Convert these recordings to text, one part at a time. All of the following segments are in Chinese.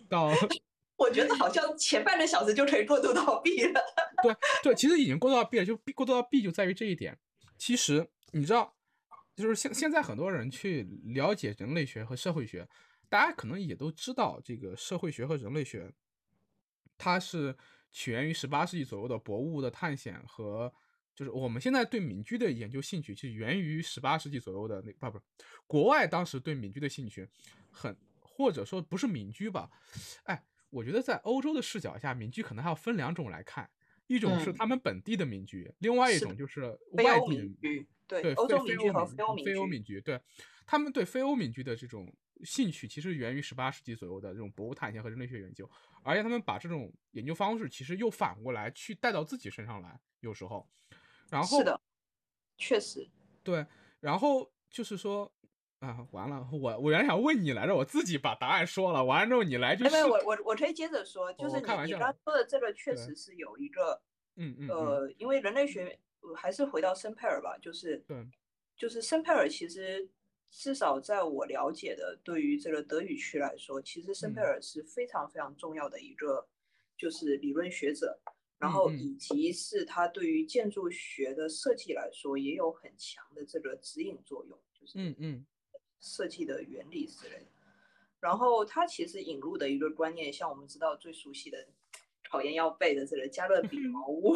到我觉得好像前半个小时就可以过渡到 B 了。 对对，其实已经过渡到 B 了，就过渡到 B 就在于这一点。其实你知道，就是现在很多人去了解人类学和社会学，大家可能也都知道，这个社会学和人类学，它是起源于18世纪左右的博物的探险和就是我们现在对闽剧的研究兴趣，其实源于18世纪左右的不是国外当时对闽剧的兴趣或者说不是闽剧吧，哎，我觉得在欧洲的视角下，闽剧可能还要分两种来看，一种是嗯， 他们本地的闽剧，另外一是的， 种就是非欧外地的民居，对， 对， 欧洲民居非欧和非欧民居， 民居，对，他们对非欧民居的这种兴趣，其实源于18世纪左右的这种博物探险和人类学研究，而且他们把这种研究方式，其实又反过来去带到自己身上来，有时候，然后是的，确实。 对，然后就是说完了，我原来想问你来着，我自己把答案说了，完了之后你来句因为试， 我可以接着说，就我是你开玩笑的， 刚刚说的这个确对， 实是有一个， 嗯， 因为人类学还是回到森佩尔吧， 对， 就是森佩尔其实至少在我了解的，对于这个德语区来说，其实森佩嗯尔是非常非常重要的一个就是理论学者，然嗯嗯后以及是他对于建筑学的设计来说也有很强的这个指引作用，就是嗯设计的原理之类的。然后他其实引入的一个观念，像我们知道最熟悉的考研要背的这个加勒比嗯， 茅屋，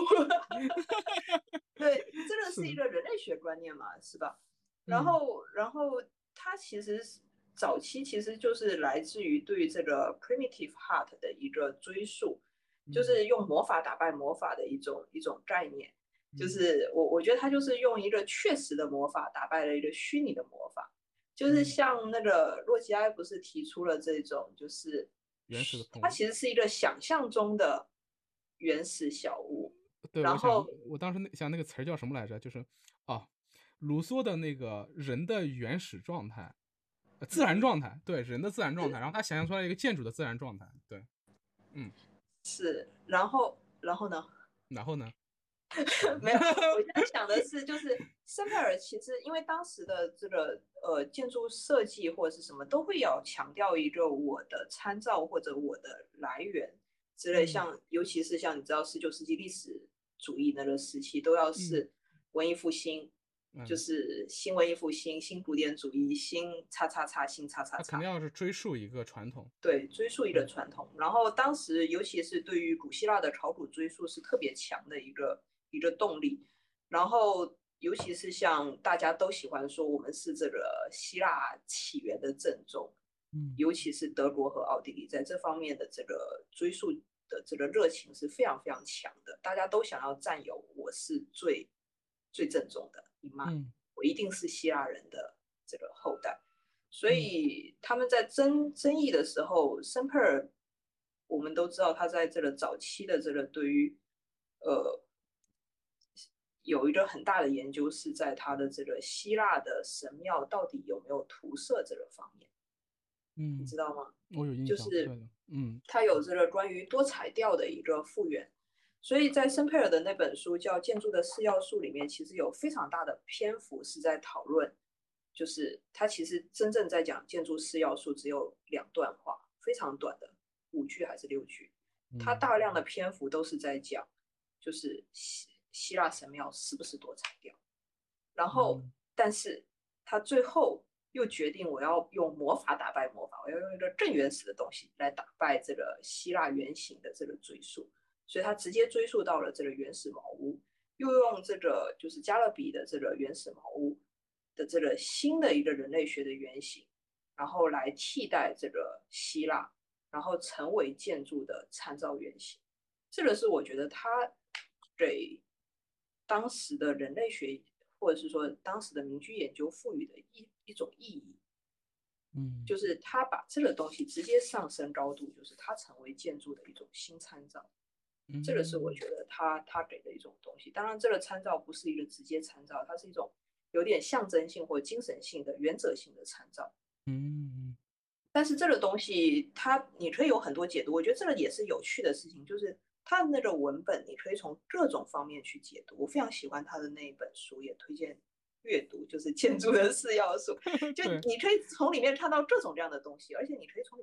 对，这个是的， 是一个人类学观念嘛，是吧？然嗯后，然后它其实早期其实就是来自于对于这个 primitive heart 的一个追溯，就嗯是用魔法打败魔法的一种概念。就嗯是我觉得他就是用一个确实的魔法打败了一个虚拟的魔法，就是嗯， 像那个洛基埃不是提出了这种，就是原始的喷雾。 它其实是一个想象中的原始小屋， 对， 然后我当时想那个词儿叫什么来着？就是啊，卢梭的那个人的原始状态，自然嗯状态，对，人的自然状态，然后他想象出来一个建筑的自然状态，对，嗯， 是，然后呢？ 然后呢？完了， 没有，我现在想的是，就是圣佩尔其实因为当时的这个建筑设计或者是什么都会要强调一个我的参照或者我的来源之类， 嗯像尤其是像你知道19世纪历史主义那个时期都要嗯是文艺复兴，就嗯， 是新文艺复兴、新古典主义、新叉叉叉、新叉叉叉， 他肯定要是追溯一个传统， 对，追溯一个嗯传统。然后当时，尤其是对于古希腊的考古追溯是特别强的一个动力。然后，尤其是像大家都喜欢说我们是这个希腊起源的正宗， 嗯尤其是德国和奥地利在这方面的这个追溯的这个热情是非常非常强的。大家都想要占有我是最正宗的一脉， 嗯我一定是希腊人的这个后代。所嗯以他们在争议的时候，森佩尔我们都知道他在这个早期的这个对于呃有一个很大的研究是在他的这个希腊的神庙到底有没有涂色这个方面，你嗯， 知道吗？ 我有印象， 就是对的，嗯他有这个关于多彩调的一个复原，所以在森佩尔的那本书叫《建筑的四要素》里面，其实有非常大的篇幅是在讨论，就是他其实真正在讲建筑四要素只有2段话，非常短的5句还是6句，他嗯大量的篇幅都是在讲，就是希腊神庙是不是多彩调，然后嗯但是他最后又决定我要用魔法打败魔法，我要用一个更原始的东西来打败这个希腊原型的这个追溯，所以他直接追溯到了这个原始茅屋，又用这个就是加勒比的这个原始茅屋的这个新的一个人类学的原型，然后来替代这个希腊，然后成为建筑的参照原型。这个是我觉得他给当时的人类学或者是说当时的民居研究赋予的一种意义， 嗯就是他把这个东西直接上升高度，就是它成为建筑的一种新参照。这个是我嗯觉得他给的一种东西。当然，这个参照不是一个直接参照，它是一种有点象征性或精神性的原则性的参照。 嗯但是这个东西你可以有很多解读，我觉得这个也是有趣的事情，就是它的那个文本你可以从各种方面去解读。我非常喜欢他的那一本书，也推荐阅读，就是《建筑的四要素》，就对， 你可以从里面看到各种各样的东西，而且你可以从里面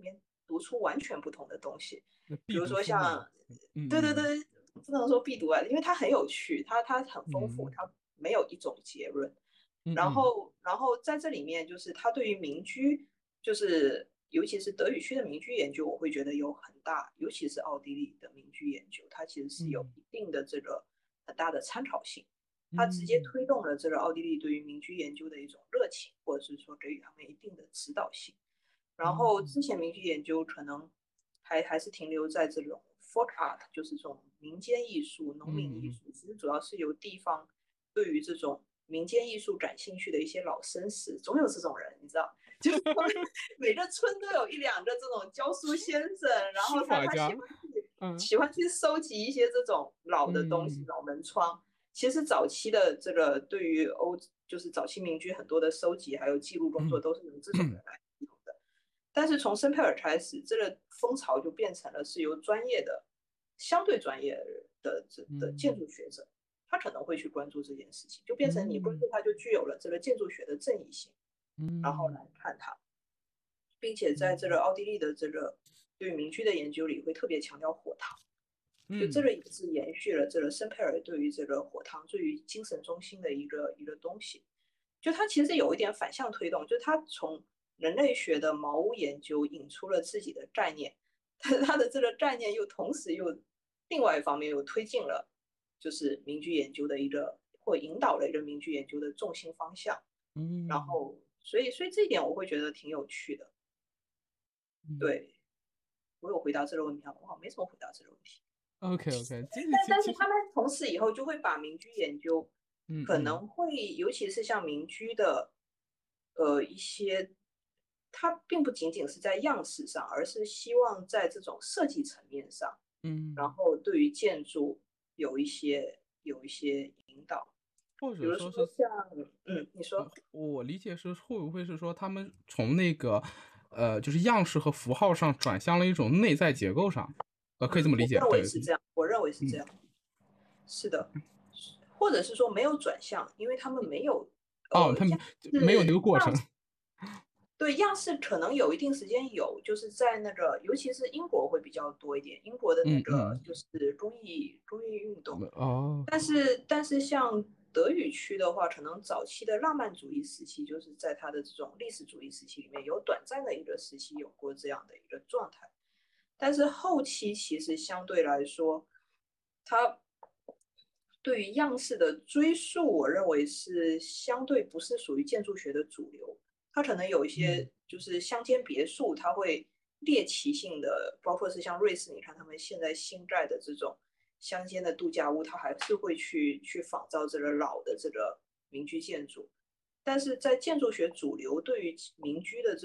读出完全不同的东西。 那比如必读书嘛。 说像，对对嗯对，不能说必读啊，因为它很有趣，它很丰富， 嗯它没有一种结论。然嗯嗯后然后在这里面就是它对于民居，就是尤其是德语区的民居研究，我会觉得有很大，尤其是奥地利的民居研究，它其实是有嗯一定的这个很大的参考性。它直接嗯推动了这个奥地利对于民居研究的一种热情，或者是说给予他们一定的指导性。然后嗯之前民居研究可能还是停留在这种 folk art，就是这种民间艺术、农民艺嗯术，其实主要是由地方对于这种民间艺术感兴趣的一些老绅士，总有这种人，你知道，就是他们每个村都有一两个这种教书先生，然后书法家。嗯喜欢去收集一些这种老的东西、 嗯老门窗。其实早期的这个对于就是早期民居很多的收集还有记录工作嗯都是由这种人来记录的。但是从森佩尔开始，这个风潮就变成了是由专业的、相对专业的建嗯筑学者，他可能会去关注这件事情，就变成你关嗯注它就具有了这个建筑学的正义性，然后嗯来看它，并且在这嗯个奥地利的这个对民居的研究里会特别强调火塘。就这嗯个也是延续了这个森佩尔对于这个火塘对于精神中心的一个东西。就它其实有一点反向推动，就它从人类学的茅屋研究引出了自己的概念，但是它的这个概念又同时又另外一方面又推进了就是民居研究的一个或引导了一个民居研究的重心方向。然嗯后所以这一点我会觉得挺有趣的。 嗯。 对，我有回答这个问题吗？我好像没怎么回答这个问题。 OK OK，这个其实。 但是他们从此以后就会把民居研究可嗯嗯能会，尤其是像民居的一些，它并不仅仅是在样式上，而是希望在这种设计层面上，然嗯， 后对于建筑有一些引导。 或比如说者说是， 像，你说。 我理解是会不会是说他们从那个就是样式和符号上转向了一种内在结构上，可以这么理解， 我认为对。 是这样，我认为是这嗯样，是的，或者是说没有转向，因为他们没有哦，他们样没有那式个过程。 对，样式可能有一定时间有，就是在那个，尤其是英国会比较多一点，英国的那嗯嗯。 个就是公益运动。 哦。 但是像德语区的话，可能早期的浪漫主义时期，就是在它的这种历史主义时期里面，有短暂的一个时期有过这样的一个状态。但是后期其实相对来说，它对于样式的追溯，我认为是相对不是属于建筑学的主流。它可能有一嗯些就是乡间别墅，它会猎奇性的，包括是像瑞士，你看他们现在新盖的这种乡间的度假屋，它还是会去仿造这个老的这个民居建筑。但是在建筑学主流对于民居的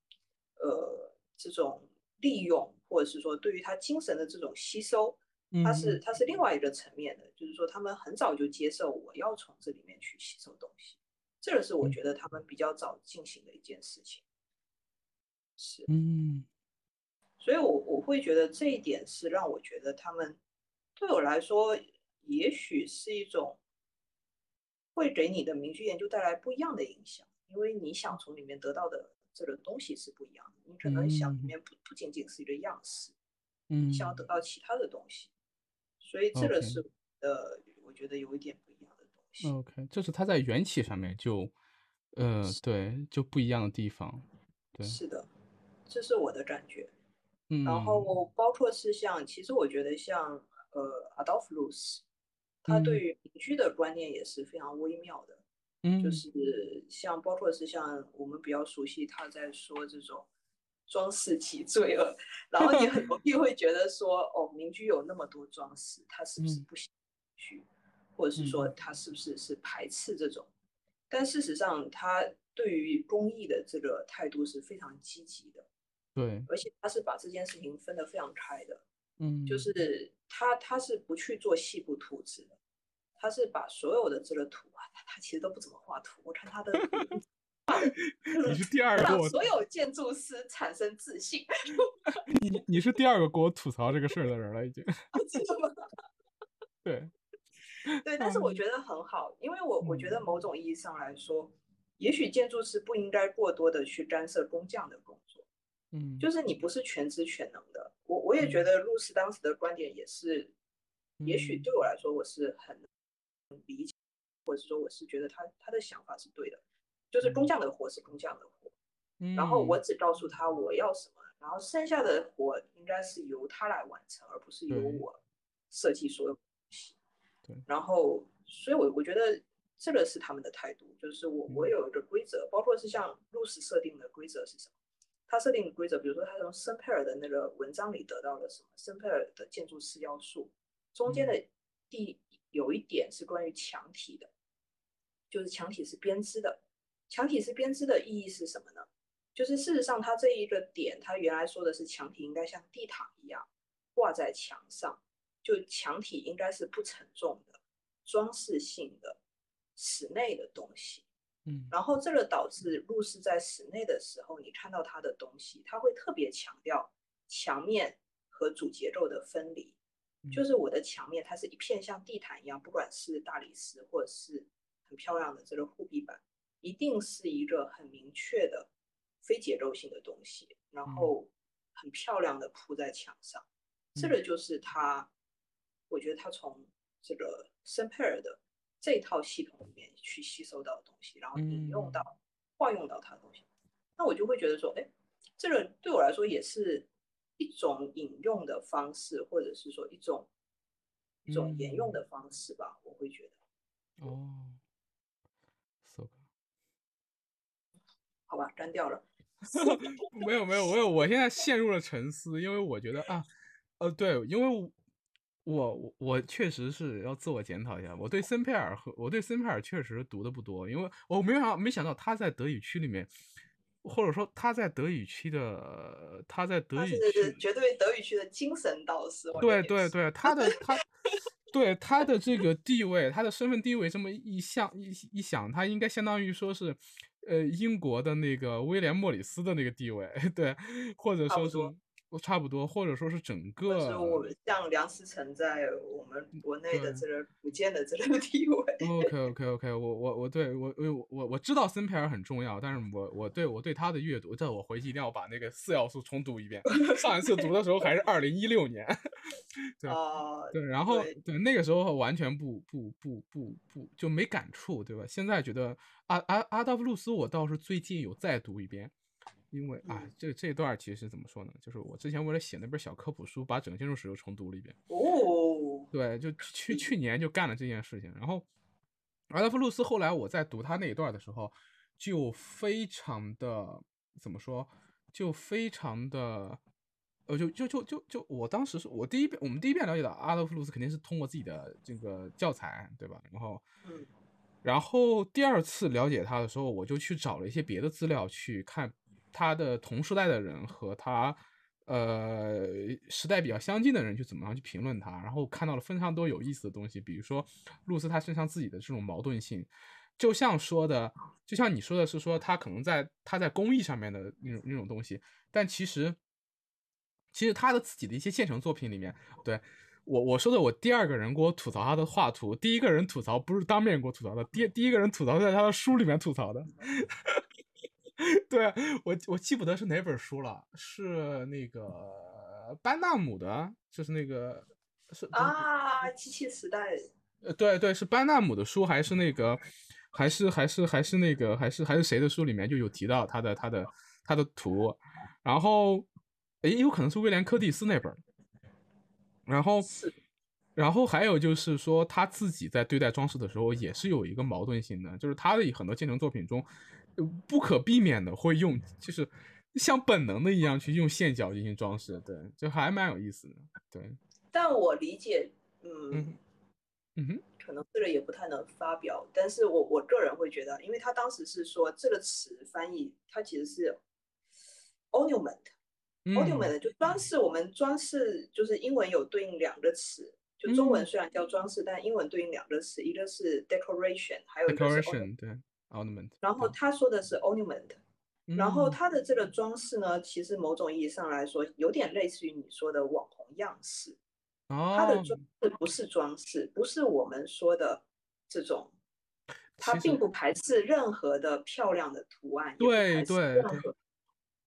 这种利用，或者是说对于它精神的这种吸收，它是嗯它是另外一个层面的，就是说他们很早就接受我要从这里面去吸收东西，这个是我嗯觉得他们比较早进行的一件事情。是， 嗯所以我会觉得这一点是让我觉得他们对我来说，也许是一种会给你的民居研究带来不一样的影响，因为你想从里面得到的这个东西是不一样的，你可能想里嗯面不仅仅是一个样式，你想要得嗯到其他的东西，所以这个 ，OK 是我觉得有一点不一样的东西。 OK，这是它在缘起上面就，对，就不一样的地方，对。 是的，这是我的感觉。然嗯后包括是像，其实我觉得像Adolf Loos，他对嗯于民居的观念也是非常微妙的，就嗯是像包括是像我们比较熟悉他在说这种装饰即罪恶，然后你很容易会觉得说，哦，民居有那么多装饰，他是不是嗯不喜欢去，或者是说嗯， 他是不是排斥这种？但事实上，他对于公益的这个态度是非常积极的。 对。 而且他是把这件事情分得非常开的，就嗯。 是他是不去做细部图纸的，他是把所有的这个图啊，他其实都不怎么画图，我看他的图你是第二个给我， 让所有建筑师产生自信。 你是第二个给我吐槽这个事儿的人了，已经。 真的吗？ 对。 对，但是我嗯觉得很好，因为我觉得嗯某种意义上来说，也许建筑师不应该过多的去干涉工匠的工作， 嗯就是你不是全知全能的。我也觉嗯得露丝当时的观点也是，也许嗯对我来说我是很，或者说我是觉得他的想法是对的，就是工嗯匠的活是工匠的活，然后我嗯， 只告诉他我要什么，然后剩下的活应该是由他来完成，而不是由对我设计所有东西。 对， 然后，所以我觉得这个是他们的态度，就是我嗯有一个规则，包括是像露丝设定的规则是什么。他设定的规则，比如说他从森佩尔的那个文章里得到了什么？森佩尔的建筑四要素，中间嗯的第有一点是关于墙体的，就是墙体是编织的。墙体是编织的意义是什么呢？就是事实上，它这一个点，它原来说的是墙体应该像地毯一样挂在墙上，就墙体应该是不沉重的、装饰性的、室内的东西。 嗯然后这个导致入室在室内的时候，你看到它的东西，它会特别强调墙面和主结构的分离。就嗯是我的墙面，它是一片像地毯一样，不管是大理石或者是很漂亮的这个护壁板，一定是一个很明确的非结构性的东西，然嗯后很漂亮的铺在墙上。这嗯个就是他，我觉得他从这个森佩尔的这套系统里面去吸收到的东西，然后引用嗯到化用到他的东西，那我就会觉得说，哎，这个对我来说也是一种引用的方式，或者是说一种沿用嗯， 的方式吧，我会觉得。 哦，so 好吧，干掉了。 没有没有没有，我现在陷入了沉思，因为我觉得啊，对，因为我确实是要自我检讨一下，我对森佩尔确实读的不多，因为我没想到他在德语区里面，或者说他在德他是语区绝对德语区的精神导师，我觉得也是。 对对对，对他的这个地位，他的身份地位这么一想，他应该相当于说是，英国的那个威廉莫里斯的那个地位，对，或者说是差不多。 差不多，或者说是整或者是我个们像梁思成在我们国内的对。 这个福建的这个地位。 OK OK OK，我对我知道森培尔很重要，但是我对他的阅读，这我回去一定要把那个四要素重读一遍。上一次读的时候还是2016年，对啊、 对，然后对。 对那个时候完全不就没感触，对吧？现在觉得阿道夫露斯，我倒是最近有再读一遍，因为啊， 嗯。 这段其实怎么说呢？就是我之前为了写那本小科普书，把整个建筑史又重读了一遍。 哦。 对，就去年就干了这件事情，然后阿道夫露斯后来我在读他那一段的时候，就非常的怎么说，就非常的，我当时是我们第一遍了解到阿道夫露斯肯定是通过自己的这个教材，对吧？ 嗯。 然后第二次了解他的时候，我就去找了一些别的资料去看他的同时代的人和他呃时代比较相近的人去怎么样去评论他，然后看到了非常多有意思的东西，比如说露丝他身上自己的这种矛盾性，就像说的，就像你说的是说他可能他在工艺上面的那种东西，但其实他的自己的一些现成作品里面，对，我说的我第二个人给我吐槽他的画图，第一个人吐槽不是当面给我吐槽的，第一个人吐槽是在他的书里面吐槽的。对，我记不得是哪本书了，是那个班纳姆的，就是那个是不是？ 啊，机器时代。 对对，是班纳姆的书，还是那个，还是那个，还是谁的书里面就有提到他的图，然后，诶，有可能是威廉柯蒂斯那本，然后， 是。 还有就是说他自己在对待装饰的时候也是有一个矛盾性的，就是他的很多建成作品中，不可避免的会用，就是像本能的一样去用线脚进行装饰，对，就还蛮有意思的，对， 但我理解， 嗯嗯哼， 可能这个也不太能发表，但是我个人会觉得，因为他当时是说这个词翻译，它其实是 ornament，ornament 嗯就装饰，我们装饰就是英文有对应两个词，就中文嗯虽然叫装饰，但英文对应两个词，一个是 decoration，还有一个是 ornament。 ，decoration，对，ornament， 然后对， 他说的是 ornament，然后嗯， 它的这个装饰呢，其实某种意义上来说，有点类似于你说的网红样式。它的哦， 装饰不是装饰，不是我们说的这种，它其实并不排斥任何的漂亮的图案，也不对排斥对对， 任何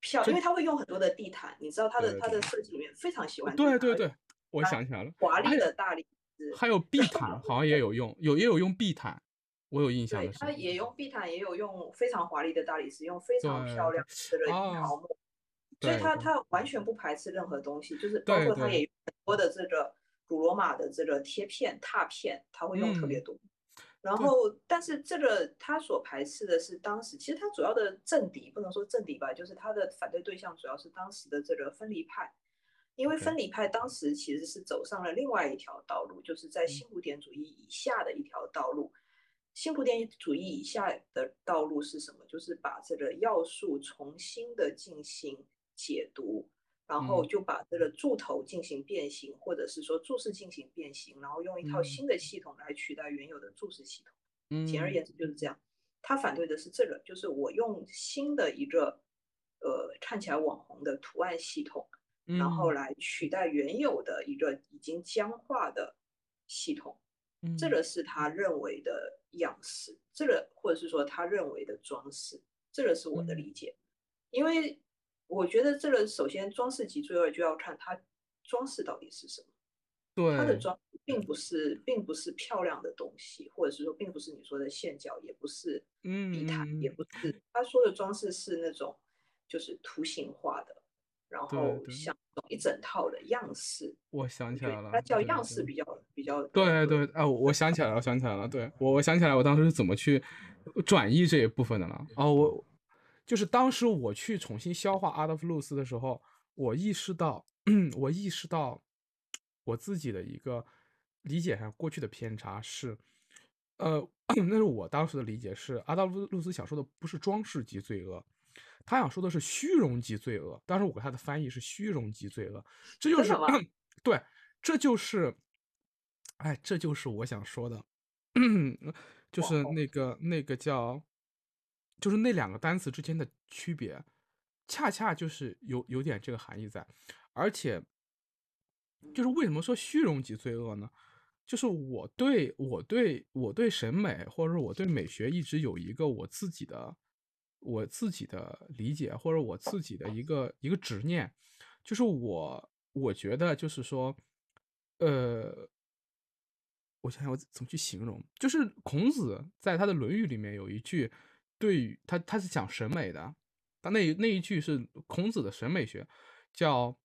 因为它会用很多的地毯，你知道它的对对设计里面非常喜欢地毯，而且对对对，我它想起来了， 华丽还有的大理石。 还有壁毯，好像也有用，也有用壁毯，我有印象对， 的时候， 它也用地毯，也有用非常华丽的大理石，用非常漂对对亮的樱啊， 桃木，所以对对它完全不排斥任何东西，就是包对对， 括它也有很多的这个古罗马的这个贴片、拓片，它会用特别嗯， 多。然对后，但是这个他所排斥的是当时，其实他主要的政敌不能说政敌吧，就是他的反对对象主要是当时的这个分离派，因为 ，OK， 分离派当时其实是走上了另外一条道路，就是在嗯新古典主义以下的一条道路。新古典主义以下的道路是什么？就是把这个要素重新的进行解读，然后嗯就把这个柱头进行变形，或者是说柱式进行变形，然后用一套嗯新的系统来取代原有的柱式系统。简而嗯言之就是这样。他反对的是这个，就是我用新的一个看起来网红的图案系统，然后嗯来取代原有的一个已经僵化的系统。这嗯个是他认为的样式，这个或者是说他认为的装饰，这个是我的嗯， 理解。因为我觉得这个首先装饰及罪恶就要看它装饰到底是什么。它的对， 装并不是漂亮的东西，或者是说并不是你说的线脚，也不是地毯，也嗯嗯， 不是他说的装饰是那种就是图形化的，然对对， 后像一整套的样式， 我想我觉得起来了， 它叫对对。 样式比较对。 对对，哎，我想起来了，我想起来了，对，我想起来我当时是怎么去转译这一部分的了。哦，我就是当时我去重新消化阿道夫·露丝的时候，我意识到，我意识到我自己的一个理解上过去的偏差是，那是我当时的理解是，阿道夫·露丝想说的不是装饰级罪恶，他想说的是虚荣级罪恶。当时我给他的翻译是虚荣级罪恶，这就是真的吗？ 对，这就是，哎，这就是我想说的，就是网红那个叫，就是那两个单词之间的区别，恰恰就是有点这个含义在，而且就是为什么说虚荣级罪恶呢？就是我对审美或者说我对美学一直有一个我自己的理解，或者我自己的一个执念，就是我觉得就是说，呃，我想想我怎么去形容，就是孔子在他的《论语》里面有一句，对于他是讲审美的，他那一句是孔子的审美学，叫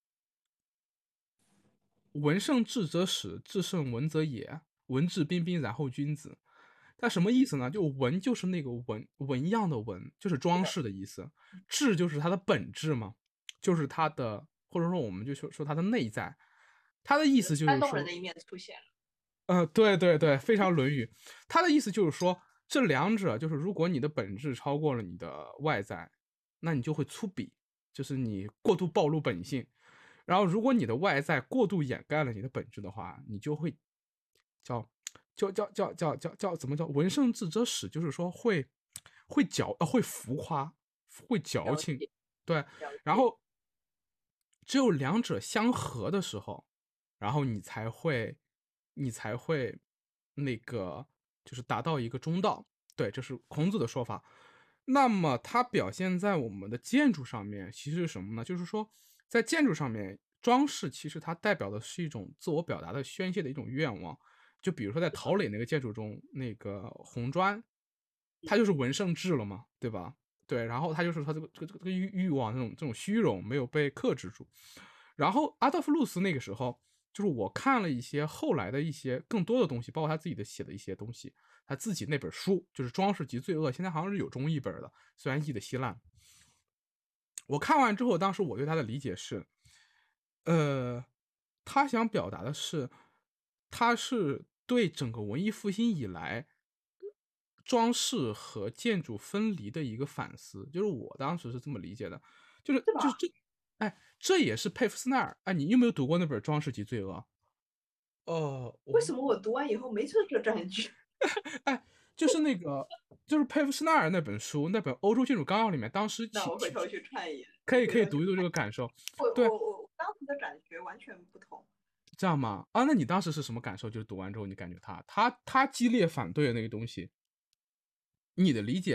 “文胜智则始，智胜文则也。文质彬彬，然后君子。”它什么意思呢？就文就是那个纹样的纹，就是装饰的意思；质就是它的本质嘛，就是它的，或者说我们就说它的内在。它的意思就是说， 煽动人的一面出现了。 对对对，非常《论语》。他的意思就是说，这两者就是，如果你的本质超过了你的外在，那你就会粗鄙，就是你过度暴露本性。然后，如果你的外在过度掩盖了你的本质的话，你就会叫怎么叫文胜智则始，就是说会浮夸，会矫情， 了解对。 了解。 然后只有两者相合的时候，然后你才会那个就是达到一个中道。对，这是孔子的说法。那么它表现在我们的建筑上面，其实是什么呢？就是说，在建筑上面，装饰其实它代表的是一种自我表达的宣泄的一种愿望。就比如说在陶磊那个建筑中，那个红砖，它就是文胜质了嘛，对吧？对，然后他就是他这个欲望这种虚荣没有被克制住。然后阿道夫·露斯那个时候，就是我看了一些后来的一些更多的东西，包括他自己的写的一些东西，他自己那本书就是《装饰及罪恶》，现在好像是有中译本的，虽然译的稀烂。我看完之后，当时我对他的理解是，呃，他想表达的是，他是对整个文艺复兴以来装饰和建筑分离的一个反思，就是我当时是这么理解的，就是吧？ 这，哎，这也是佩夫斯奈尔，哎，你有没有读过那本《装饰及罪恶》？ 为什么我读完以后没这个感觉？ 哎，就是那个，就是佩夫斯奈尔那本书，那本《欧洲建筑纲要》里面，当时那我回头去看一眼， 可以回头去。 读一读这个感受。 我对， 我当时的感觉完全不同。 这样吗？啊，那你当时是什么感受？就是读完之后，你感觉他激烈反对的那个东西，你的理解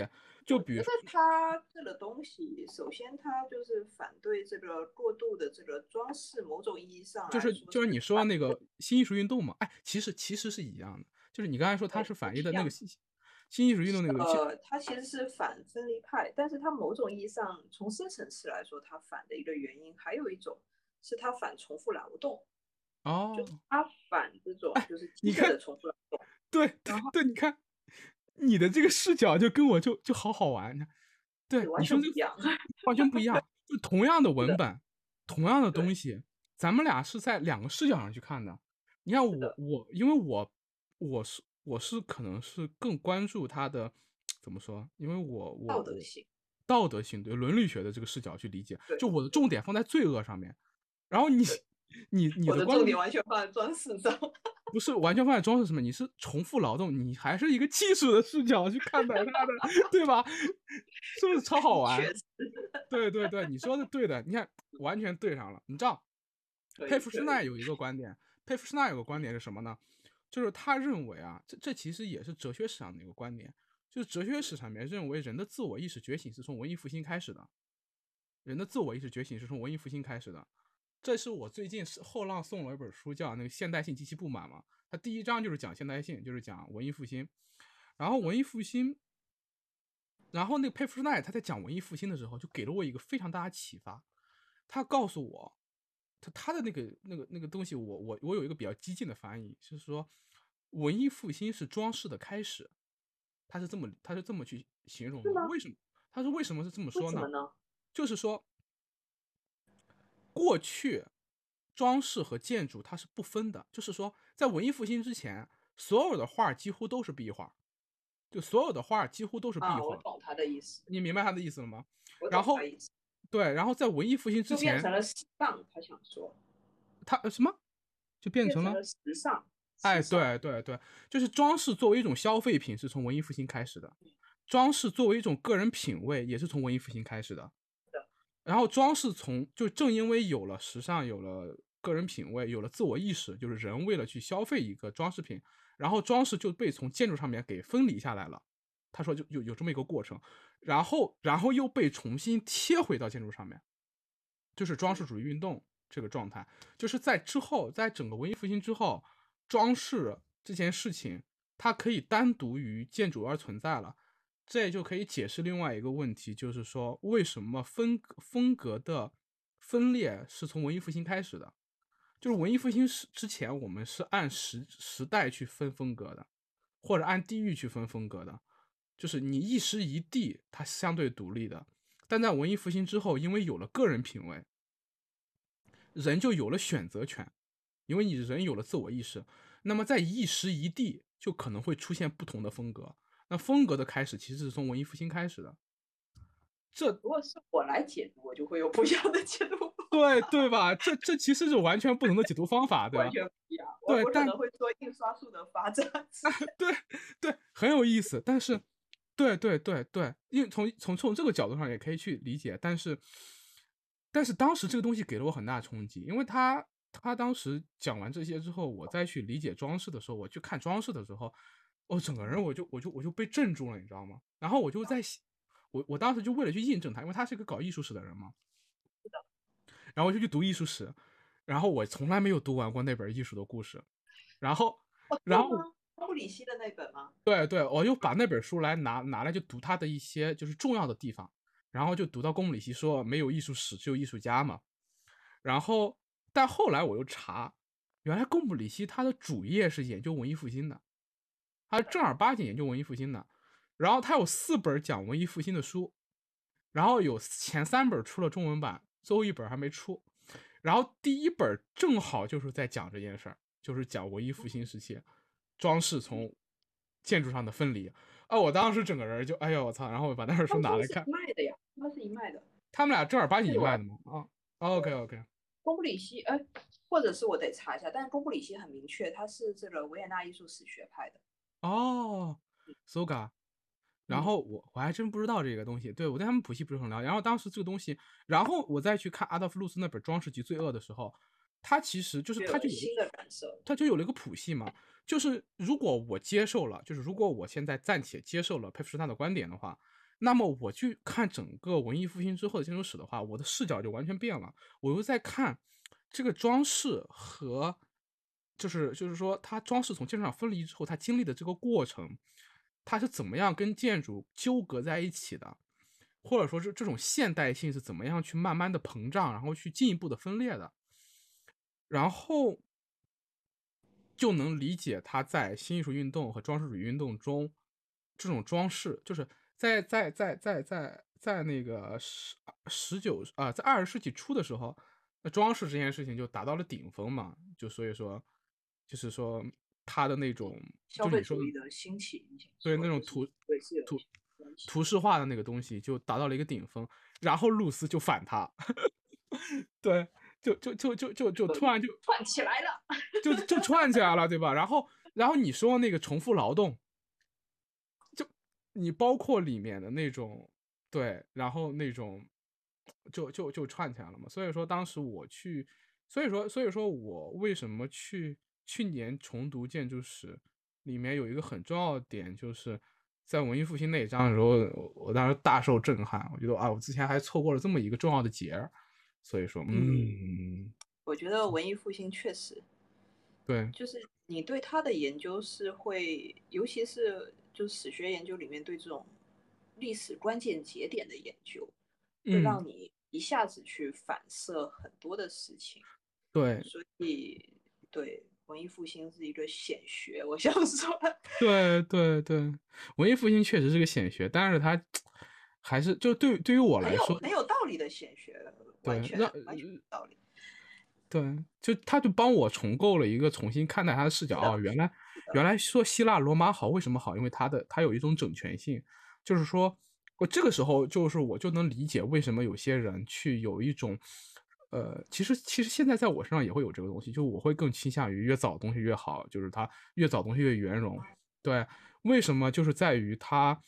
就比如说， 我觉得他这个东西，首先他就是反对这个过度的这个装饰，某种意义上就是来说就是你说反的那个新艺术运动嘛，哎，其实是一样的，就是你刚才说他对是反不一样。 映的那个新艺术运动那个， 他其实是反分离派，但是他某种意义上从深层次来说，他反的一个原因还有一种是他反重复劳动，就是哦， 他反这种就是机你看， 械的重复劳动。 对对然后对，你看你的这个视角就跟我就好好玩，对， 对完你说这个全不一样。 完全不一样，就同样的是的， 文本，同样的东对， 西，咱们俩是在两个视角上去看的。你看是的， 因为我是可能是更关注他的怎么说？因为我道德性。 道德性对伦理学的这个视角去理解， 对就我的对重点放在罪恶上面，然后你对， 你我的重点的观点完全放在装饰上。 不是完全放在装饰上面，你是重复劳动，你还是一个技术的视角去看待它的，对吧？是不是超好玩？ 确实， 对对对，你说的对的，你看完全对上了。你知道， 可佩以可以。 夫施奈有一个观点，佩夫施奈有个观点是什么呢？就是他认为啊，这其实也是哲学史上的一个观点，就是哲学史上面认为人的自我意识觉醒是从文艺复兴开始的，人的自我意识觉醒是从文艺复兴开始的。这是我最近是后浪送了一本书，叫那个《现代性极其不满》嘛，它第一章就是讲现代性，就是讲文艺复兴。然后文艺复兴，然后那个佩夫施奈他在讲文艺复兴的时候，就给了我一个非常大的启发。他告诉我，他的那个东西我有一个比较激进的翻译，就是说文艺复兴是装饰的开始，他是这么去形容的。 是吗？ 为什么？他说为什么是这么说呢？ 为什么呢？ 就是说过去装饰和建筑它是不分的，就是说在文艺复兴之前，所有的画几乎都是壁画，就所有的画几乎都是壁啊，我画。 懂他的意思， 你明白他的意思了吗？ 我然后懂他意思， 对，然后在文艺复兴之前， 就变成了时尚。他想说， 他什么就变成了变成了时尚，时哎， 尚。 对对对，就是装饰作为一种消费品是从文艺复兴开始的，装饰作为一种个人品味也是从文艺复兴开始的。 的。 然后装饰就正因为有了时尚，有了个人品味，有了自我意识，就是人为了去消费一个装饰品，然后装饰就被从建筑上面给分离下来了。他说就有这么一个过程，然后又被重新贴回到建筑上面，就是装饰主义运动这个状态，就是在之后，在整个文艺复兴之后，装饰这件事情它可以单独于建筑而存在了。这也就可以解释另外一个问题，就是说为什么风格的分裂是从文艺复兴开始的？就是文艺复兴之前，我们是按时代去分风格的，或者按地域去分风格的，就是你一时一地它相对独立的。但在文艺复兴之后，因为有了个人品味，人就有了选择权，因为你人有了自我意识，那么在一时一地就可能会出现不同的风格。那风格的开始其实是从文艺复兴开始的，这如果是我来解读，我就会有不一样的解读。 对吧？这其实是完全不同的解读方法，对完吧？ 全不一样。我对， 我可能会说印刷术的发展之类的。 对对，很有意思。但是，对对对对，因为从这个角度上也可以去理解。但是当时这个东西给了我很大冲击，因为他当时讲完这些之后，我再去理解装饰的时候，我去看装饰的时候，我整个人我就被镇住了，你知道吗？然后我就在想，我当时就为了去印证他，因为他是一个搞艺术史的人嘛，然后我就去读艺术史，然后我从来没有读完过那本艺术的故事，然后哦， 然后是吗？布里希的那本吗？ 对对，我就把那本书拿来就读他的一些就是重要的地方，然后就读到宫布里希说没有艺术史，只有艺术家嘛。然后但后来我又查，原来宫布里希他的主业是研究文艺复兴的，他正儿八经研究文艺复兴的。然后他有4本讲文艺复兴的书，然后有前3本出了中文版，最后1本还没出。然后第1本正好就是在讲这件事儿，就是讲文艺复兴时期装饰从建筑上的分离。啊，我当时整个人就哎呦我操！然后我把那本书他们说是拿来看， 一脉的呀，他们是一脉的。 他们俩正儿八经一这个我要脉的吗？啊，OK OK， 公布里希，或者是我得查一下，但是公布里希很明确，他是这个维也纳艺术史学派的。 哦，Soga，然嗯， 后我还真不知道这个东西，对我对他们谱系不是很了解。然后当时这个东西，然后我再去看阿道夫·路斯那本《装饰及罪恶》的时候，他其实就是就有了新的感受。 他就有了一个谱系嘛。就是如果我接受了，就是如果我现在暂且接受了佩夫施纳的观点的话， 那么我去看整个文艺复兴之后的建筑史的话，我的视角就完全变了。我又在看这个装饰和就是说，它装饰从建筑上分离之后，它经历的这个过程，它是怎么样跟建筑纠葛在一起的，或者说是这种现代性是怎么样去慢慢的膨胀，然后去进一步的分裂的，然后就能理解它在新艺术运动和装饰主义运动中，这种装饰就是在那个在20世纪初的时候，那装饰这件事情就达到了顶峰嘛，就所以说，就是说它的那种， 消就是你说费主义的兴起，你想对说就是那种图对是有图关系。 图示化的那个东西就达到了一个顶峰，然后露丝就反它，对，就突然就串起来了。 就串起来了，对吧？然后你说那个重复劳动，你包括里面的那种对，然后那种就串起来了嘛。所以说当时我去，所以说我为什么去年重读建筑史，里面有一个很重要的点，就是在文艺复兴那一章的时候，我当时大受震撼。我觉得啊，我之前还错过了这么一个重要的节儿，所以说， 嗯，我觉得文艺复兴确实对， 就是你对它的研究是会，尤其是就是史学研究里面对这种历史关键节点的研究，会嗯， 让你一下子去反射很多的事情。 对， 所以，对文艺复兴是一个显学，我想说。 对对对，文艺复兴确实是个显学，但是它还是就对于我很来说， 有很有道理的显学，完对， 全完全有道理。 对，他就帮我重构了一个重新看待他的视角。哦， 是的， 原来说希腊罗马好，为什么好？因为它有一种整全性，就是说我这个时候就是我就能理解为什么有些人去有一种，其实现在在我身上也会有这个东西，就我会更倾向于越早的东西越好，就是它越早的东西越圆融。对，为什么？就是在于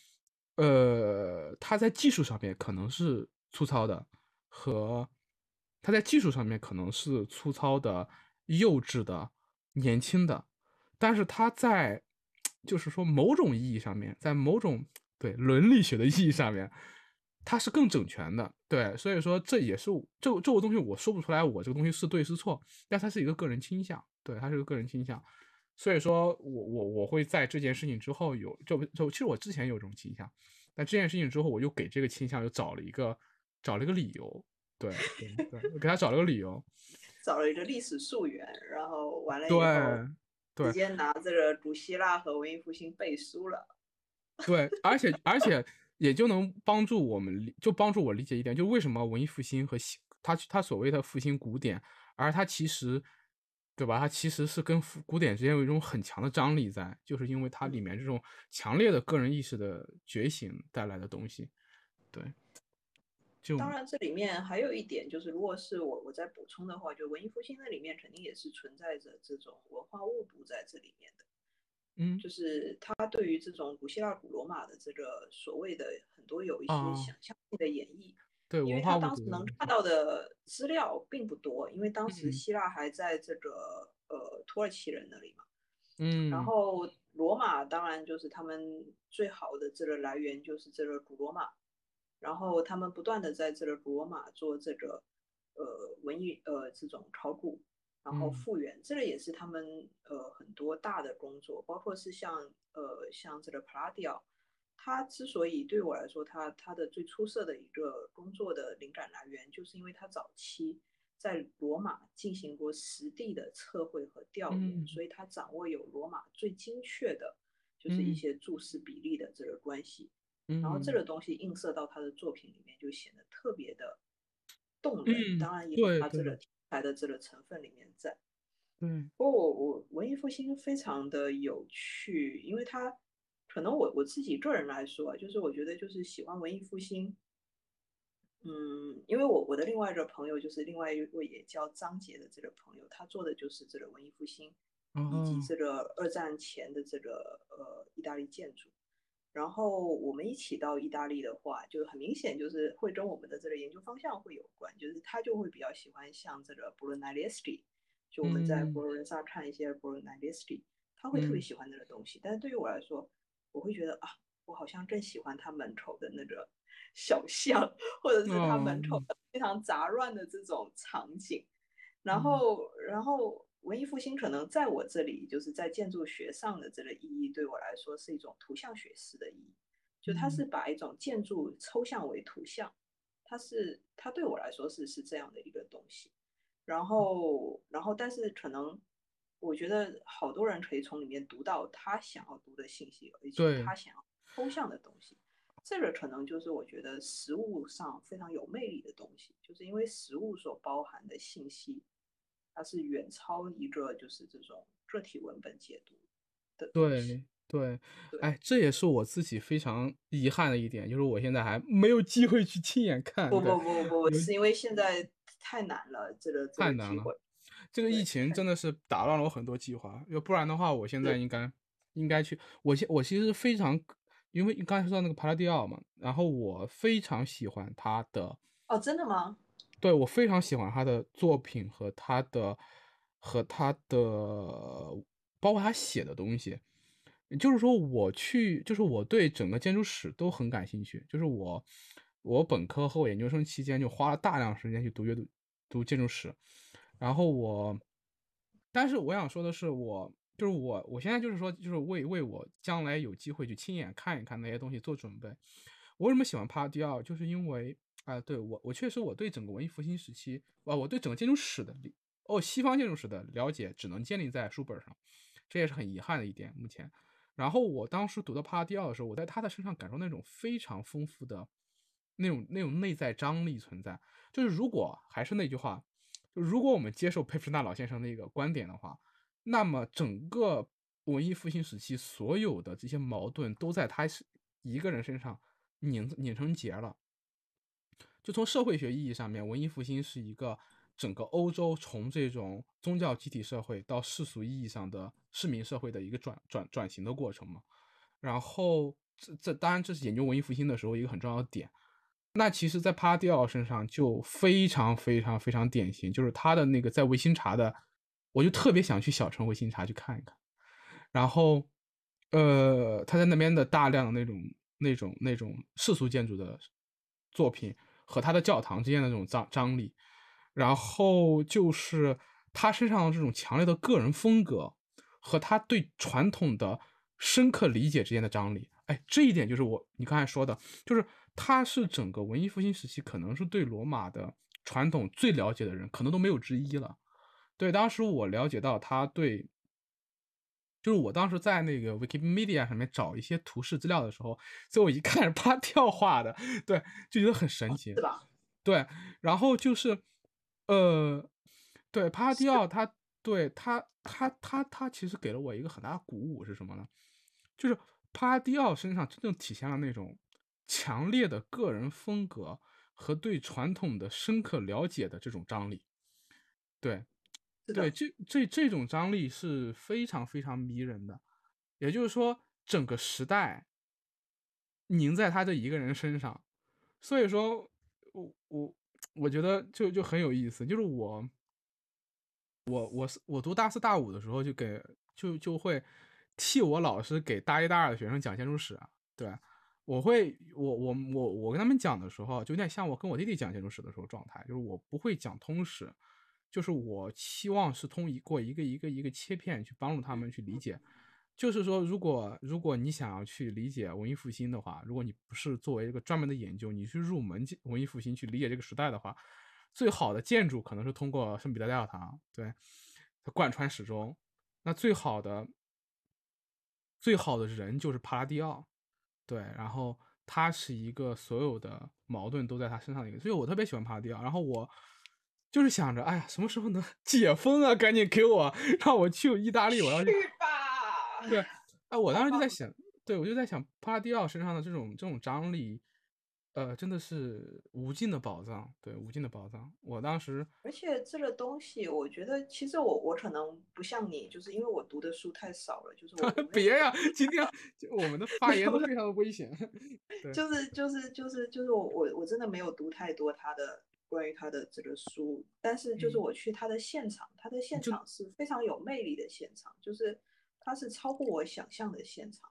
它在技术上面可能是粗糙的，和它在技术上面可能是粗糙的、幼稚的、年轻的，但是它在就是说某种意义上面，在某种对伦理学的意义上面，它是更整全的。对，所以说这也是这个东西我说不出来，我这个东西是对是错，但它是一个个人倾向，对，它是个个人倾向。所以说我会在这件事情之后其实我之前有这种倾向，但这件事情之后，我又给这个倾向又找了一个理由，对对对，我给他找了个理由， 找了一个历史溯源，然后完了以后， 对对直接拿这个古希腊和文艺复兴背书了。 对，而且也就能帮助我理解一点，就为什么文艺复兴和他所谓的复兴古典，而他其实，对吧？他其实是跟古典之间有一种很强的张力在，就是因为它里面这种强烈的个人意识的觉醒带来的东西。对，就当然，这里面还有一点就是，如果是我再补充的话，就文艺复兴那里面肯定也是存在着这种文化误读在这里面的。 嗯就是它对于这种古希腊、古罗马的这个所谓的很多有一些啊， 想象性的演绎， 对文化误因为他当时读的东西， 能看到的资料并不多，因为当时嗯希腊还在这个土耳其人那里嘛。然嗯后罗马当然就是他们最好的这个来源就是这个古罗马，然后他们不断的在这个古罗马做这个文艺这种考古，然后嗯复原，这个也是他们很多大的工作，包括是像这个帕拉迪奥，他之所以对我来说他的最出色的一个工作的灵感来源，就是因为他早期在罗马进行过实地的测绘和调研， 嗯所以他掌握有罗马最精确的，就是一嗯些注释比例的这个关系。然后这嗯个东西映射到他的作品里面，就显得特别的动人。 嗯， 当然，也有对对他这个题材的这个成分里面在。 对， 不过我文艺复兴非常的有趣，因为它可能我自己个人来说啊，就是我觉得就是喜欢文艺复兴。因为我的另外一个朋友就是另外一位也叫张杰的这个朋友，他做的就是这个文艺复兴，以及哦， 这个二战前的这个意大利建筑。然后我们一起到意大利的话，就很明显就是会跟我们的这个研究方向会有关，就是他就会比较喜欢像这个布鲁奈列斯基，就我们在佛嗯罗伦萨看一些布鲁奈列斯基，他会特别嗯喜欢那个东西。但是对于我来说，我会觉得啊。 我好像更喜欢他门口的那个小巷，或者是他门口嗯的非常杂乱的这种场景。 嗯， 然后文艺复兴可能在我这里，就是在建筑学上的这个意义，对我来说是一种图像学式的意义，就它是把一种建筑抽象为图像，它对我来说是这样的一个东西。但是可能我觉得好多人可以从里面读到他想要读的信息，而且对他想要抽象的东西。这个可能就是我觉得实物上非常有魅力的东西，就是因为实物所包含的信息，它是远超一个就是这种个体文本解读的东西。 对对， 对， 哎，这也是我自己非常遗憾的一点，就是我现在还没有机会去亲眼看，对，有是因为现在太难了，这太难了。 个机会。 这个疫对，太难。 情真的是打乱了我很多计划，要不然的话，我现在应该去。我其实非常，因为你刚才说到那个帕拉蒂奥嘛，然后我非常喜欢他的， 哦，真的吗？ 对，我非常喜欢他的作品和他的包括他写的东西。也就是说，就是我对整个建筑史都很感兴趣。就是我本科和我研究生期间就花了大量时间去读建筑史，然后但是我想说的是，我现在就是说，就是为我将来有机会去亲眼看一看那些东西做准备。我为什么喜欢帕拉迪奥？就是因为对我确实我对整个文艺复兴时期，我对整个建筑史西方建筑史的了解只能建立在书本上，这也是很遗憾的一点。目前，然后我当时读到帕拉迪奥的时候，我在他的身上感受那种非常丰富的那种内在张力存在。就是如果还是那句话，就如果我们接受佩什纳老先生的一个观点的话，那么整个文艺复兴时期所有的这些矛盾都在他一个人身上拧成结了。就从社会学意义上面，文艺复兴是一个整个欧洲从这种宗教集体社会到世俗意义上的市民社会的一个转型的过程嘛。然后这当然这是研究文艺复兴的时候一个很重要的点。那其实，在帕拉蒂奥身上就非常非常非常典型，就是他的那个在维新茶的，我就特别想去小城维新茶去看一看。然后，他在那边的大量的那种世俗建筑的作品和他的教堂之间的这种张力，然后就是他身上的这种强烈的个人风格和他对传统的深刻理解之间的张力。哎，这一点就是你刚才说的，就是他是整个文艺复兴时期可能是对罗马的传统最了解的人，可能都没有之一了。对，当时我了解到他对，就是我当时在那个 Wikimedia 上面找一些图示资料的时候，最后一看是他跳画的，对，就觉得很神奇。 是吧？ 对，然后就是，呃，对，帕拉迪奥他对他其实给了我一个很大的鼓舞是什么呢？就是帕拉迪奥身上真正体现了那种强烈的个人风格和对传统的深刻了解的这种张力。对，对， 是的， 这种张力是非常非常迷人的。也就是说，整个时代凝在他这一个人身上，所以说，我觉得就很有意思。就是我读大四大五的时候，就会替我老师给大一大二的学生讲建筑史啊。对，我跟他们讲的时候，就有点像我跟我弟弟讲建筑史的时候状态，就是我不会讲通史，就是我期望是通过一个切片去帮助他们去理解。就是说，如果你想要去理解文艺复兴的话，如果你不是作为一个专门的研究，你去入门文艺复兴去理解这个时代的话，最好的建筑可能是通过圣彼得大教堂，对，它贯穿始终。那最好的人就是帕拉蒂奥，对，然后他是一个所有的矛盾都在他身上的一个，所以我特别喜欢帕拉蒂奥。然后我就是想着，哎呀，什么时候能解封啊？赶紧给我让我去意大利，我要去。 去吧， 对，哎，我当时就太棒了！ 在想，对，我就在想帕拉蒂奥身上的这种张力，真的是无尽的宝藏，对，无尽的宝藏。我当时而且这个东西，我觉得其实我可能不像你，就是因为我读的书太少了，就是我读那些别呀，今天我们的发言都非常的危险。对， 我真的没有读太多关于他的这个书，但是就是嗯， 我去他的现场，他的现就场是非常有魅力的现场，就是他是超乎我想象的现场。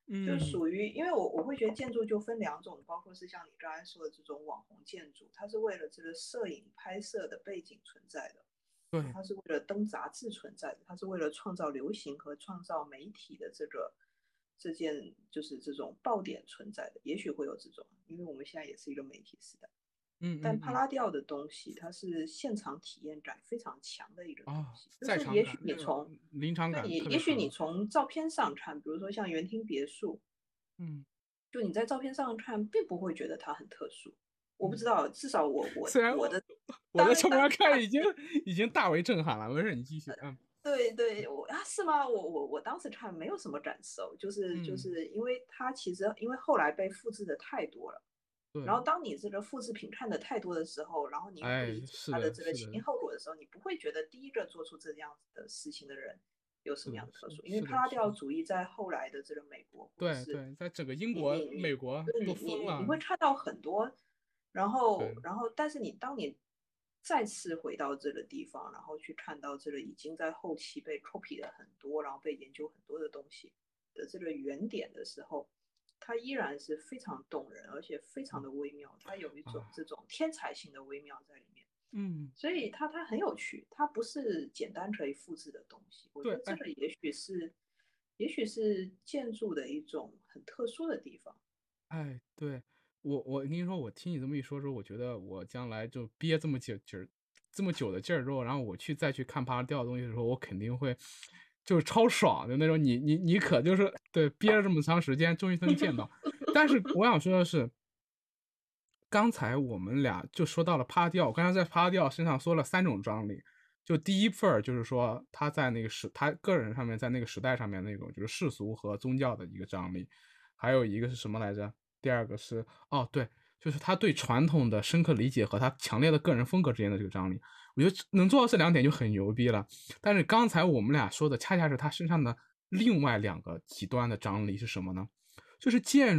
就嗯， 属于，因为我会觉得建筑就分两种，包括是像你刚才说的这种网红建筑，它是为了这个摄影拍摄的背景存在的，然后对它是为了登杂志存在的，它是为了创造流行和创造媒体的这件就是这种爆点存在的，也许会有这种，因为我们现在也是一个媒体时代。但帕嗯嗯嗯拉吊的东西，它是现场体验感非常强的一个东啊， 西，就在场是也许感那个你从临场对， 感特别强。 也许你从照片上看，比如说像园厅别墅， 嗯就你在照片上看，并不会觉得它很特殊。我不知嗯， 道，至少我我虽然我的我在上面当下看已经大为震撼了，没事，你继续。嗯对对，是吗？我当时看没有什么感受，就嗯， 是因为它其实因为后来被复制的太多了，然对， 后当你这个复制品看的太多的时候，然后你又不理哎， 解是的， 它的这个是的， 前因后果的时候，你不会觉得第一个做出这样子的事情的人有什是的， 么样的特殊，因为是的， 帕拉是的， 吊主义在后来的这个美国或者是对对，在整个英国、 你你你， 美国就是都你疯了。 会看到很多， 对， 但是当你再次回到这个地方，然后去看到这个已经在后期被 copy 了很多，然后被研究很多的东西的这个原点的时候，它依然是非常动人，而且非常嗯的微妙，它有一种啊， 这种天才性的微妙在里面。 嗯， 所以它很有趣，它不是简单可以复制的东西。我觉对， 得这哎， 个也许是建筑的一种很特殊的地方。 哎，对，我跟你说，我听你这么一说之后，我觉得我将来就憋这么久的劲儿之后，然后我再去看爬吊的东西的时候，我肯定会就是超爽的那种。你可就是对憋了这么长时间，终于能见到。但是我想说的是，刚才我们俩就说到了趴吊，我刚才在趴吊身上说了3种张力。就第一份儿就是说他在那个他个人上面在那个时代上面那种就是世俗和宗教的一个张力，还有一个是什么来着？第二个是哦对，就是他对传统的深刻理解和他强烈的个人风格之间的这个张力，我觉得能做到这2点就很牛逼了。但是刚才我们俩说的恰恰是他身上的另外2个极端的张力是什么呢？就是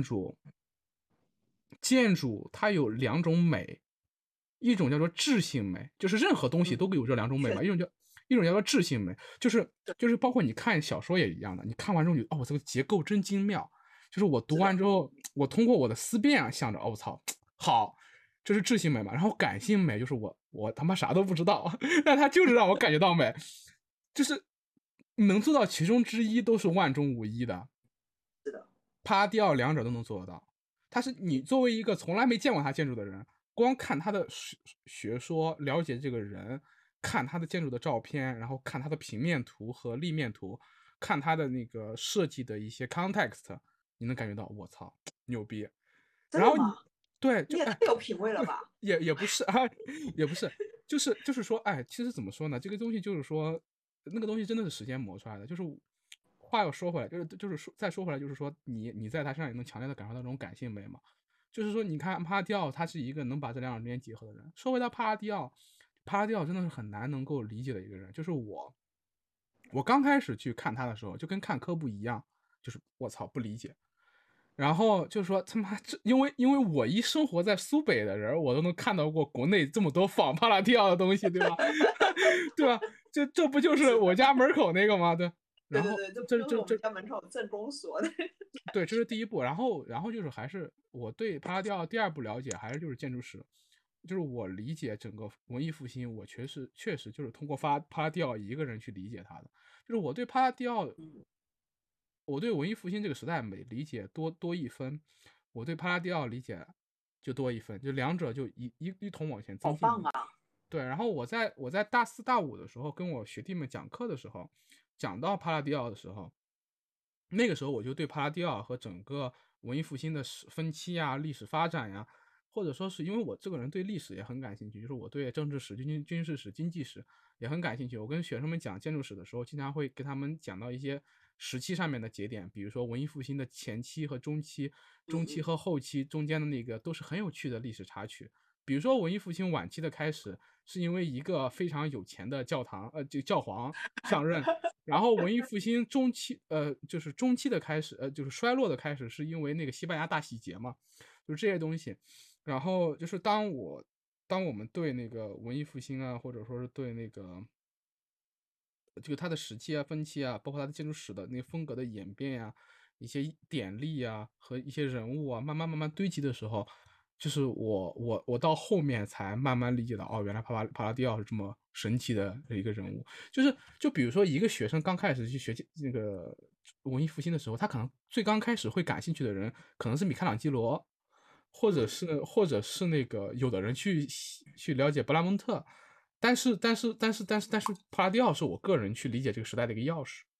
建筑它有2种美，一种叫做质性美，就是任何东西嗯， 都有这2种美确嘛，一种叫做质性美，就是包括你看小说也一样的，你看完之后你哦，这个结构真精妙，就是我读是的， 完之后，我通过我的思辨啊，想着哦，我操，好，这是质性美嘛。然后感性美就是我他妈啥都不知道，但它就是让我感觉到美，就是能做到其中之一都是万中无一的。 是的， 趴掉2者都能做得到。他是你作为一个从来没见过他建筑的人，光看他的学说，了解这个人，看他的建筑的照片，然后看他的平面图和立面图，看他的那个设计的一些 context，你能感觉到我操牛逼。然后你真的吗？ 对，就哎， 你也太有品味了吧！ 也不是啊，也不是，就是说，哎，其实怎么说呢？这个东西就是说，那个东西真的是时间磨出来的。就是话又说回来，就是说再说回来，就是说你在他身上也能强烈的感受到这种感性美嘛。就是说，你看帕拉迪奥，他是一个能把这2者之间结合的人。说回到帕拉迪奥，帕拉迪奥真的是很难能够理解的一个人。就是我刚开始去看他的时候，就跟看科布一样，就是我操不理解。然后就说他妈这，因为我一生活在苏北的人，我都能看到过国内这么多仿帕拉蒂奥的东西，对吧？对吧？这不就是是的， 我家门口那个吗？对。然后对对对，这不这这这就是我们家门口正宫所的？ 对，这是第一步。然后就是还是我对帕拉蒂奥第2步了解，还是就是建筑史，就是我理解整个文艺复兴，我确实就是通过帕拉蒂奥一个人去理解他的。就是我对帕拉蒂奥嗯， 我对文艺复兴这个时代美理解多一分，我对帕拉第奥理解就多一分，就2者就一同往前好增进嘛。 棒啊！ 对，然后我在大4、大5的时候，跟我学弟们讲课的时候，讲到帕拉第奥的时候，那个时候我就对帕拉第奥和整个文艺复兴的分期啊、历史发展呀、或者说是因为我这个人对历史也很感兴趣，就是我对政治史、军事史、经济史也很感兴趣。我跟学生们讲建筑史的时候，经常会跟他们讲到一些时期上面的节点，比如说文艺复兴的前期和中期、中期嗯嗯， 和后期中间的那个都是很有趣的历史插曲。比如说文艺复兴晚期的开始，是因为一个非常有钱的教皇上任，然后文艺复兴中期，就是中期的开始，就是衰落的开始，是因为那个西班牙大洗劫嘛，就是这些东西。然后就是当我们对那个文艺复兴啊，或者说是对那个这个它的时期啊、分期啊，包括它的建筑史的那个风格的演变呀、 一些典例啊和一些人物啊，慢慢堆积的时候，就是我到后面才慢慢理解到，哦，原来帕拉迪奥是这么神奇的一个人物。就比如说一个学生刚开始去学那个文艺复兴的时候，他可能最刚开始会感兴趣的人可能是米开朗基罗，或者是那个有的人去了解勃拉蒙特，但是帕拉迪奥是我个人去理解这个时代的一个钥匙。